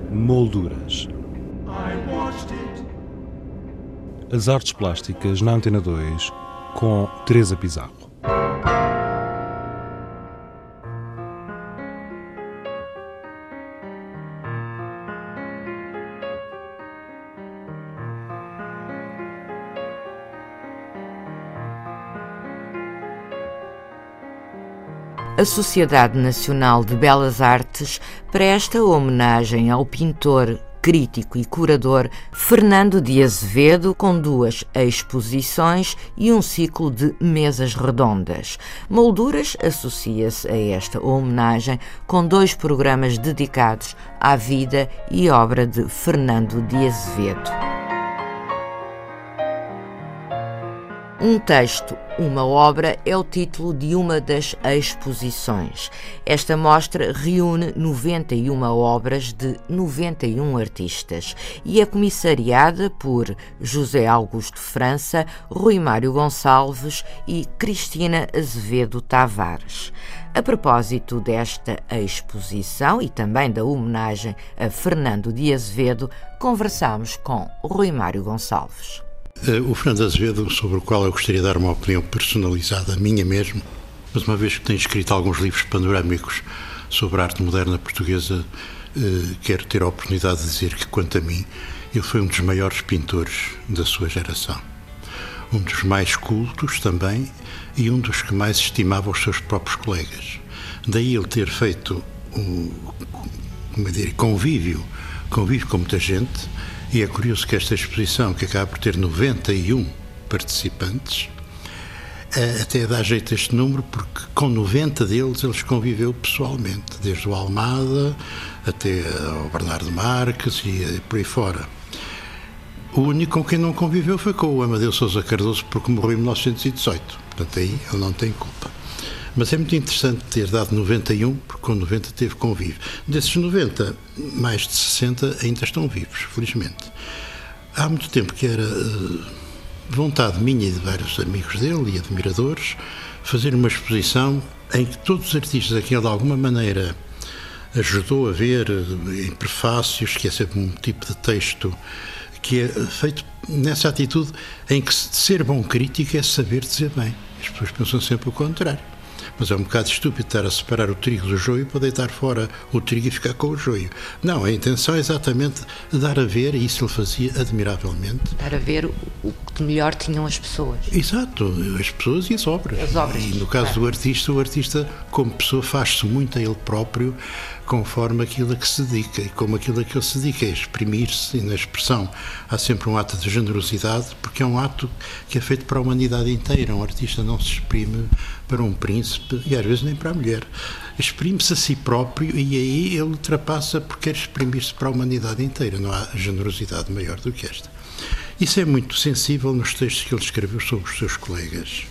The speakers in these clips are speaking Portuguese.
Molduras. As artes plásticas na Antena 2 com Teresa Pizarro. A Sociedade Nacional de Belas Artes presta homenagem ao pintor, crítico e curador Fernando de Azevedo, com 2 exposições e um ciclo de mesas redondas. Molduras associa-se a esta homenagem com 2 programas dedicados à vida e obra de Fernando de Azevedo. Um texto, uma obra é o título de uma das exposições. Esta mostra reúne 91 obras de 91 artistas e é comissariada por José Augusto França, Rui Mário Gonçalves e Cristina Azevedo Tavares. A propósito desta exposição e também da homenagem a Fernando de Azevedo, conversámos com Rui Mário Gonçalves. O Fernando Azevedo, sobre o qual eu gostaria de dar uma opinião personalizada, minha mesmo, mas uma vez que tenho escrito alguns livros panorâmicos sobre a arte moderna portuguesa, quero ter a oportunidade de dizer que, quanto a mim, ele foi um dos maiores pintores da sua geração. Um dos mais cultos também e um dos que mais estimava os seus próprios colegas. Daí ele ter feito convívio com muita gente. E é curioso que esta exposição, que acaba por ter 91 participantes, até dá jeito a este número, porque com 90 deles eles conviveu pessoalmente, desde o Almada até ao Bernardo Marques e por aí fora. O único com quem não conviveu foi com o Amadeu Sousa Cardoso, porque morreu em 1918. Portanto, aí ele não tem culpa. Mas é muito interessante ter dado 91, porque com 90 teve convívio. Desses 90, mais de 60 ainda estão vivos, felizmente. Há muito tempo que era vontade minha e de vários amigos dele e admiradores fazer uma exposição em que todos os artistas a quem ele de alguma maneira ajudou a ver, em prefácios, que é sempre um tipo de texto que é feito nessa atitude em que ser bom crítico é saber dizer bem. As pessoas pensam sempre o contrário. Mas é um bocado estúpido estar a separar o trigo do joio para deitar fora o trigo e ficar com o joio. Não, a intenção é exatamente dar a ver, e isso ele fazia admiravelmente. Dar a ver o que melhor tinham as pessoas. Exato, as pessoas e as obras. As obras. E no caso do artista, o artista como pessoa faz-se muito a ele próprio conforme aquilo a que se dedica. E como aquilo a que ele se dedica é exprimir-se, e na expressão há sempre um ato de generosidade, porque é um ato que é feito para a humanidade inteira. Um artista não se exprime para um príncipe e às vezes nem para a mulher. Exprime-se a si próprio e aí ele ultrapassa porque quer exprimir-se para a humanidade inteira. Não há generosidade maior do que esta. Isso é muito sensível nos textos que ele escreveu sobre os seus colegas.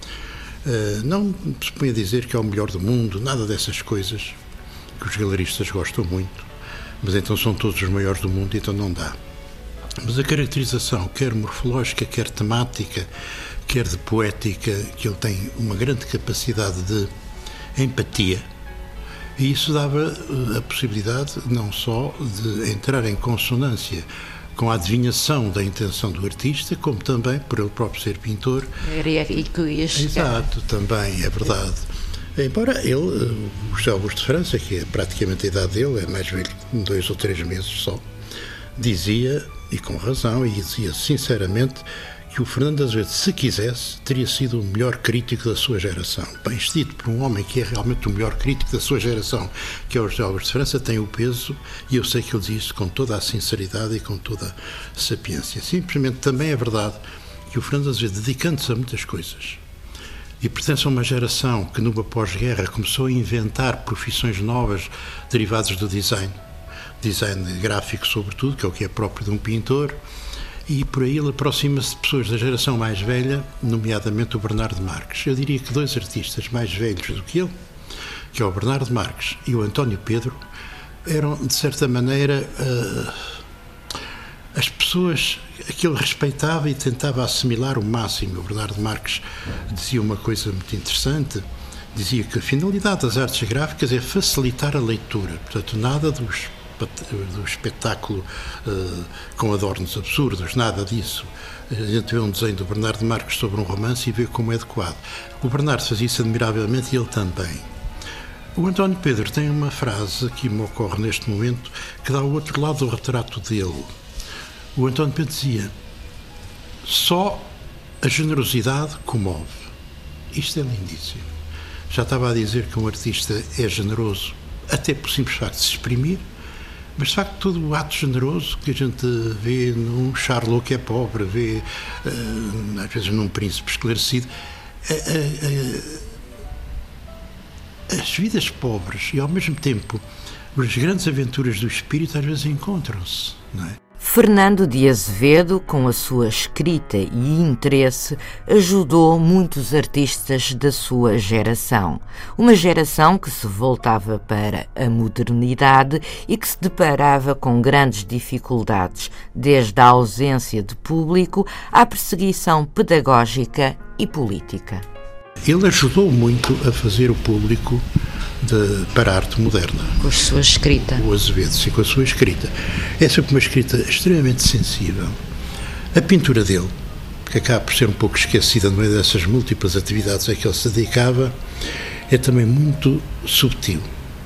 Não se põe a dizer que é o melhor do mundo, nada dessas coisas que os galeristas gostam muito, mas então são todos os maiores do mundo, então não dá. Mas a caracterização, quer morfológica, quer temática, quer de poética, que ele tem uma grande capacidade de empatia, e isso dava a possibilidade não só de entrar em consonância com a adivinhação da intenção do artista, como também, por ele próprio ser pintor. Era aí que eu ia chegar. Exato, também, é verdade. Embora ele, o José Augusto França, que é praticamente a idade dele, é mais velho, 2 ou 3 meses só, dizia, e com razão, e dizia sinceramente, que o Fernando Azevedo, se quisesse, teria sido o melhor crítico da sua geração. Bem, isto dito por um homem que é realmente o melhor crítico da sua geração, que é o José Augusto França, tem o peso, e eu sei que ele diz isso com toda a sinceridade e com toda a sapiência. Simplesmente também é verdade que o Fernando Azevedo, dedicando-se a muitas coisas, e pertence a uma geração que, numa pós-guerra, começou a inventar profissões novas derivadas do design gráfico, sobretudo, que é o que é próprio de um pintor, e por aí ele aproxima-se de pessoas da geração mais velha, nomeadamente o Bernardo Marques. Eu diria que 2 artistas mais velhos do que ele, que é o Bernardo Marques e o António Pedro, eram, de certa maneira, as pessoas que ele respeitava e tentava assimilar o máximo. O Bernardo Marques dizia uma coisa muito interessante, dizia que a finalidade das artes gráficas é facilitar a leitura, portanto nada dos do espetáculo com adornos absurdos, nada disso. A gente vê um desenho do Bernardo Marques sobre um romance e vê como é adequado. O Bernardo fazia isso admiravelmente e ele também. O António Pedro tem uma frase que me ocorre neste momento que dá o outro lado do retrato dele. O António Pedro dizia: só a generosidade comove. Isto é lindíssimo. Já estava a dizer que um artista é generoso até por simples facto de se exprimir, mas de facto todo o ato generoso que a gente vê num Charlot que é pobre, vê às vezes num príncipe esclarecido, as vidas pobres e ao mesmo tempo as grandes aventuras do espírito às vezes encontram-se, não é? Fernando de Azevedo, com a sua escrita e interesse, ajudou muitos artistas da sua geração. Uma geração que se voltava para a modernidade e que se deparava com grandes dificuldades, desde a ausência de público à perseguição pedagógica e política. Ele ajudou muito a fazer o público para a arte moderna. Com a sua escrita. O Azevedo, sim, com a sua escrita. É sempre uma escrita extremamente sensível. A pintura dele, que acaba por ser um pouco esquecida no meio dessas múltiplas atividades a que ele se dedicava, é também muito subtil.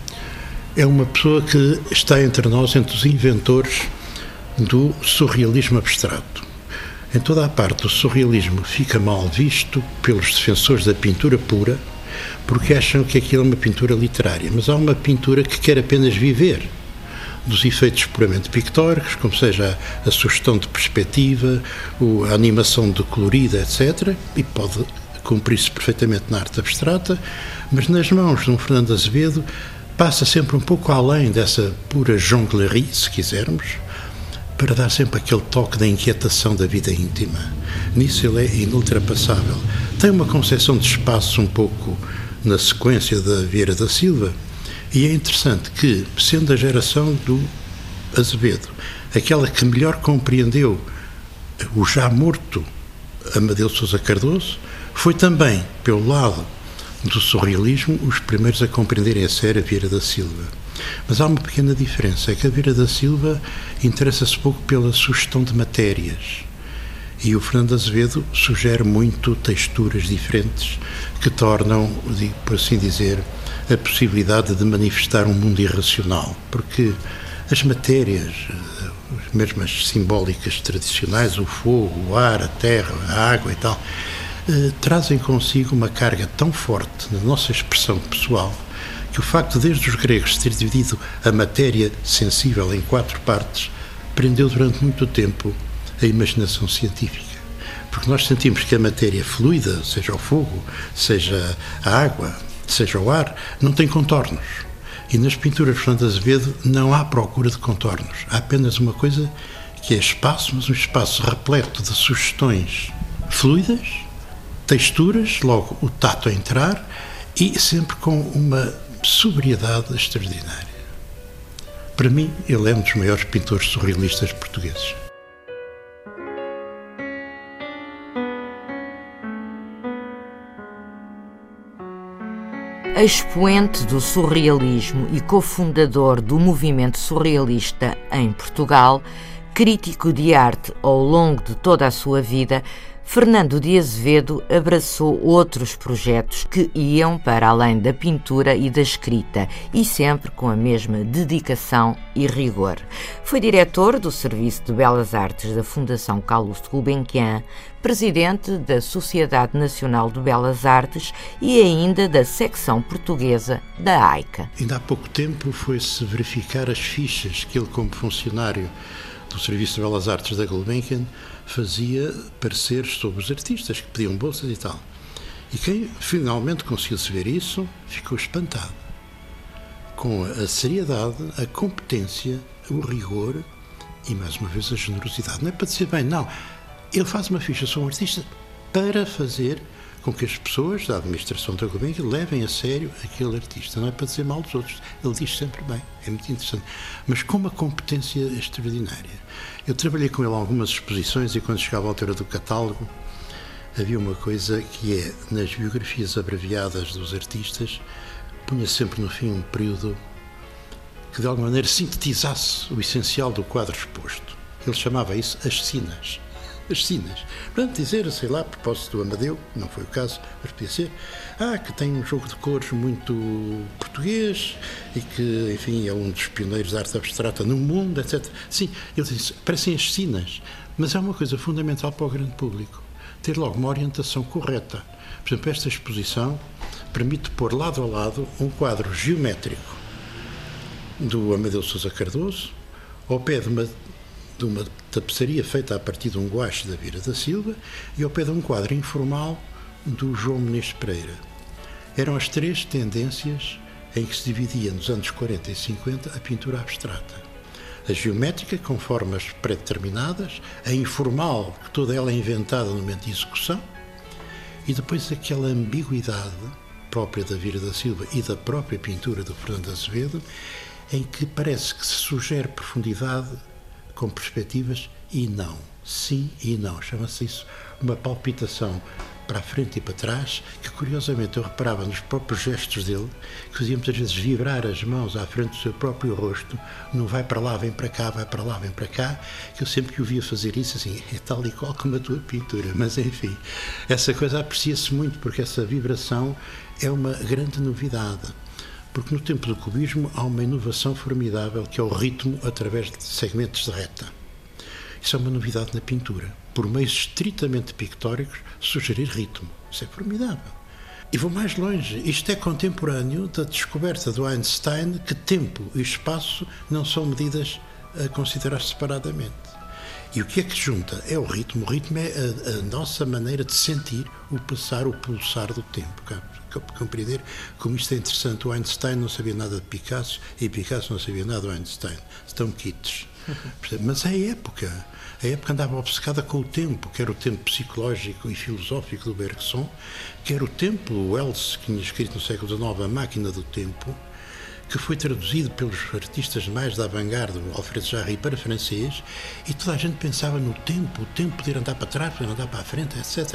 É uma pessoa que está entre nós, entre os inventores do surrealismo abstrato. Em toda a parte, o surrealismo fica mal visto pelos defensores da pintura pura, porque acham que aquilo é uma pintura literária. Mas há uma pintura que quer apenas viver dos efeitos puramente pictóricos, como seja a sugestão de perspectiva, a animação de colorida, etc. E pode cumprir-se perfeitamente na arte abstrata, mas nas mãos de um Fernando Azevedo passa sempre um pouco além dessa pura jonglerie, se quisermos, para dar sempre aquele toque da inquietação da vida íntima. Nisso ele é inultrapassável. Tem uma concepção de espaço um pouco na sequência da Vieira da Silva, e é interessante que, sendo a geração do Azevedo aquela que melhor compreendeu o já morto Amadeu de Sousa Cardoso, foi também, pelo lado do surrealismo, os primeiros a compreenderem a sério a Vieira da Silva. Mas há uma pequena diferença, é que a Vieira da Silva interessa-se pouco pela sugestão de matérias, e o Fernando Azevedo sugere muito texturas diferentes que tornam, por assim dizer, a possibilidade de manifestar um mundo irracional, porque as matérias, mesmo as simbólicas tradicionais, o fogo, o ar, a terra, a água e tal, trazem consigo uma carga tão forte na nossa expressão pessoal que o facto, desde os gregos, ter dividido a matéria sensível em 4 partes, prendeu durante muito tempo a imaginação científica. Porque nós sentimos que a matéria fluida, seja o fogo, seja a água, seja o ar, não tem contornos. E nas pinturas de Fernando Azevedo não há procura de contornos. Há apenas uma coisa que é espaço, mas um espaço repleto de sugestões fluidas, texturas, logo o tato a entrar, e sempre com uma sobriedade extraordinária. Para mim, ele é um dos maiores pintores surrealistas portugueses. Expoente do surrealismo e cofundador do movimento surrealista em Portugal, crítico de arte ao longo de toda a sua vida, Fernando de Azevedo abraçou outros projetos que iam para além da pintura e da escrita, e sempre com a mesma dedicação e rigor. Foi diretor do Serviço de Belas Artes da Fundação Calouste Gulbenkian, presidente da Sociedade Nacional de Belas Artes e ainda da secção portuguesa da AICA. Ainda há pouco tempo foi-se verificar as fichas que ele, como funcionário do Serviço de Belas Artes da Gulbenkian, fazia pareceres sobre os artistas que pediam bolsas e tal. E quem finalmente conseguiu-se ver isso ficou espantado com a seriedade, a competência, o rigor e, mais uma vez, a generosidade. Não é para dizer bem, não. Ele faz uma ficha sobre um artista para fazer com que as pessoas da administração da Gulbenkian levem a sério aquele artista. Não é para dizer mal dos outros. Ele diz sempre bem. É muito interessante. Mas com uma competência extraordinária. Eu trabalhei com ele em algumas exposições e quando chegava à altura do catálogo havia uma coisa que é, nas biografias abreviadas dos artistas, punha sempre no fim um período que de alguma maneira sintetizasse o essencial do quadro exposto. Ele chamava isso as sinas. As sinas. Portanto, dizer, sei lá, a propósito do Amadeu, não foi o caso, mas podia ser, que tem um jogo de cores muito português e que, enfim, é um dos pioneiros da arte abstrata no mundo, etc. Sim, ele disse, parecem as sinas, mas é uma coisa fundamental para o grande público, ter logo uma orientação correta. Por exemplo, esta exposição permite pôr lado a lado um quadro geométrico do Amadeu Sousa Cardoso, ao pé de uma tapeçaria feita a partir de um guache da Vieira da Silva e ao pé de um quadro informal do João Menezes Pereira. Eram as três tendências em que se dividia nos anos 40 e 50 a pintura abstrata. A geométrica, com formas pré-determinadas, a informal, que toda ela é inventada no momento de execução, e depois aquela ambiguidade própria da Vieira da Silva e da própria pintura do Fernando Azevedo, em que parece que se sugere profundidade com perspectivas e não, sim e não. Chama-se isso uma palpitação para a frente e para trás, que curiosamente eu reparava nos próprios gestos dele, que fazia muitas vezes vibrar as mãos à frente do seu próprio rosto, não vai para lá, vem para cá, vai para lá, vem para cá, que eu sempre que o via fazer isso, assim, é tal e qual como a tua pintura, mas enfim, essa coisa aprecia-se muito, porque essa vibração é uma grande novidade. Porque no tempo do cubismo há uma inovação formidável que é o ritmo através de segmentos de reta. Isso é uma novidade na pintura. Por meios estritamente pictóricos, sugerir ritmo. Isso é formidável. E vou mais longe. Isto é contemporâneo da descoberta do Einstein que tempo e espaço não são medidas a considerar separadamente. E o que é que junta? É o ritmo. O ritmo é a nossa maneira de sentir o passar, o pulsar do tempo. Compreender como isto é interessante. O Einstein não sabia nada de Picasso e Picasso não sabia nada do Einstein. Estão quites. Mas é a época andava obcecada com o tempo, quer o tempo psicológico e filosófico do Bergson, quer o tempo, o Wells, que tinha escrito no século XIX, A Máquina do Tempo, que foi traduzido pelos artistas mais da avant-garde, o Alfred Jarry, para francês, e toda a gente pensava no tempo, o tempo poder andar para trás, poder andar para a frente, etc.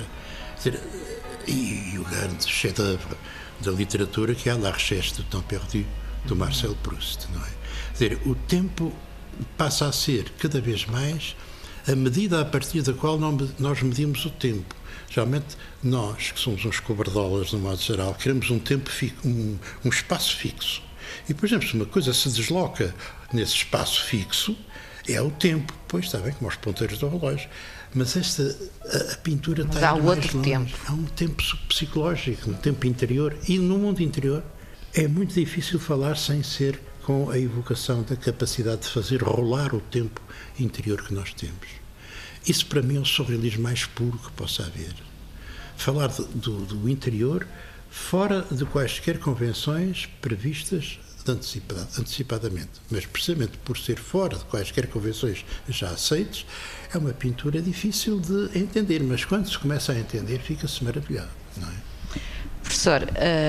E o grande chef-d'œuvre da literatura, que é La Recherche du Temps Perdu, do Marcel Proust, não é? Quer dizer, o tempo passa a ser, cada vez mais, a medida a partir da qual nós medimos o tempo. Geralmente, nós, que somos uns cobardolas, no modo geral, queremos um tempo um espaço fixo. E, por exemplo, se uma coisa se desloca nesse espaço fixo, é o tempo. Pois está bem, como aos ponteiros do relógio. Mas a pintura mas está há mais outro longe. tempo. Há um tempo psicológico, um tempo interior. E no mundo interior é muito difícil falar sem ser com a evocação da capacidade de fazer rolar o tempo interior que nós temos. Isso, para mim, é o surrealismo mais puro que possa haver. Falar do interior fora de quaisquer convenções previstas antecipadamente. Mas, precisamente por ser fora de quaisquer convenções já aceitas, é uma pintura difícil de entender. Mas quando se começa a entender, fica-se maravilhado, não é? Professor,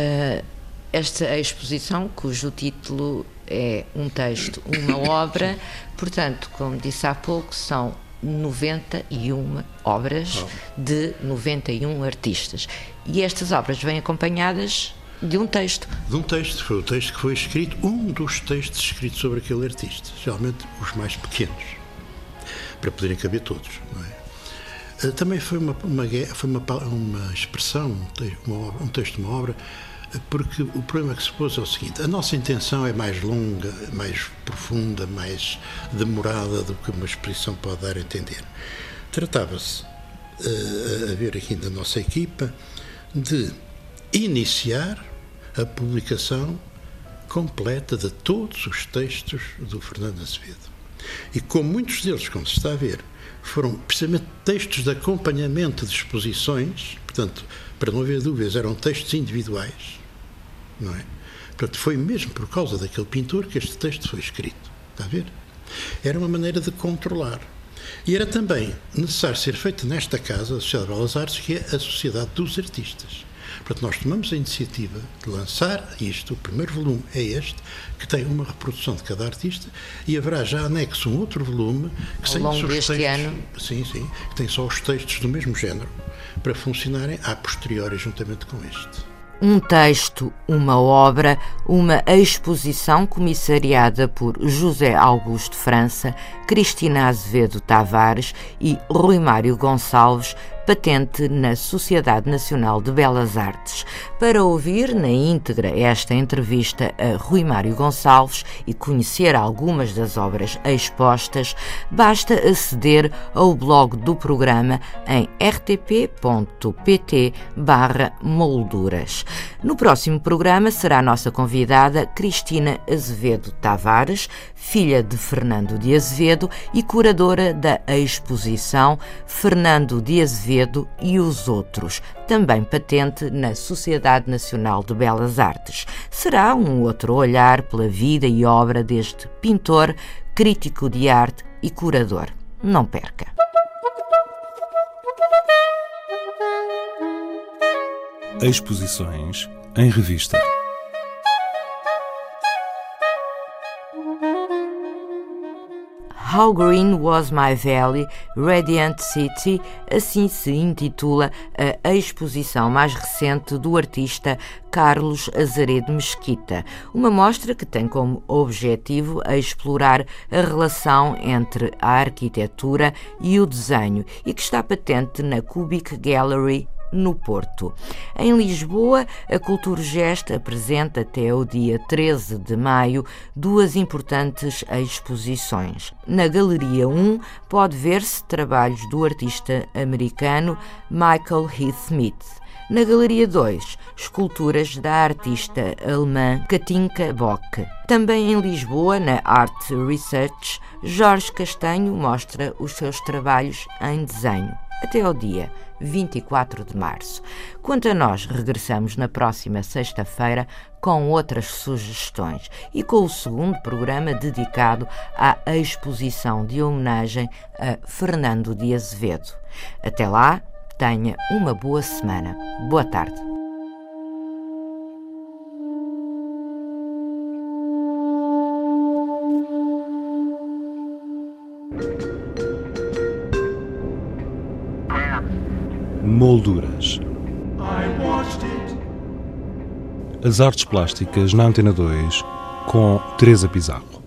esta exposição, cujo título é um texto, uma obra, portanto, como disse há pouco, são 91 obras de 91 artistas. E estas obras vêm acompanhadas de um texto. De um texto. Foi o texto que foi escrito, um dos textos escritos sobre aquele artista. Geralmente os mais pequenos, para poderem caber todos, não é? Também foi uma expressão, um texto, uma obra, porque o problema que se pôs é o seguinte: a nossa intenção é mais longa, mais profunda, mais demorada do que uma exposição pode dar a entender. Tratava-se, a ver aqui da nossa equipa, de iniciar a publicação completa de todos os textos do Fernando Azevedo. E como muitos deles, como se está a ver, foram precisamente textos de acompanhamento de exposições, portanto, para não haver dúvidas, eram textos individuais, não é? Portanto, foi mesmo por causa daquele pintor que este texto foi escrito, está a ver? Era uma maneira de controlar. E era também necessário ser feito nesta casa, a Sociedade de Belas Artes, que é a Sociedade dos Artistas. Portanto, nós tomamos a iniciativa de lançar isto, o primeiro volume é este, que tem uma reprodução de cada artista, e haverá já anexo um outro volume que ao longo deste ano. Sim, que tem só os textos do mesmo género, para funcionarem a posteriori juntamente com este. Um texto, uma obra, uma exposição comissariada por José Augusto França, Cristina Azevedo Tavares e Rui Mário Gonçalves, patente na Sociedade Nacional de Belas Artes. Para ouvir na íntegra esta entrevista a Rui Mário Gonçalves e conhecer algumas das obras expostas, basta aceder ao blog do programa em rtp.pt/molduras. No próximo programa será a nossa convidada Cristina Azevedo Tavares, filha de Fernando de Azevedo e curadora da exposição Fernando de Azevedo e os Outros, também patente na Sociedade Nacional de Belas Artes. Será um outro olhar pela vida e obra deste pintor, crítico de arte e curador. Não perca! Exposições em revista. How Green Was My Valley, Radiant City, assim se intitula a exposição mais recente do artista Carlos Azaredo Mesquita, uma mostra que tem como objetivo explorar a relação entre a arquitetura e o desenho e que está patente na Cubic Gallery, no Porto. Em Lisboa, a Culturgest apresenta até o dia 13 de maio duas importantes exposições. Na Galeria 1 pode ver-se trabalhos do artista americano Michael Heath Smith. Na Galeria 2, esculturas da artista alemã Katinka Bock. Também em Lisboa, na Art Research, Jorge Castanho mostra os seus trabalhos em desenho, até ao dia 24 de março. Quanto a nós, regressamos na próxima sexta-feira com outras sugestões e com o segundo programa dedicado à exposição de homenagem a Fernando de Azevedo. Até lá, tenha uma boa semana. Boa tarde. Molduras. As artes plásticas na Antena 2 com Teresa Pizarro.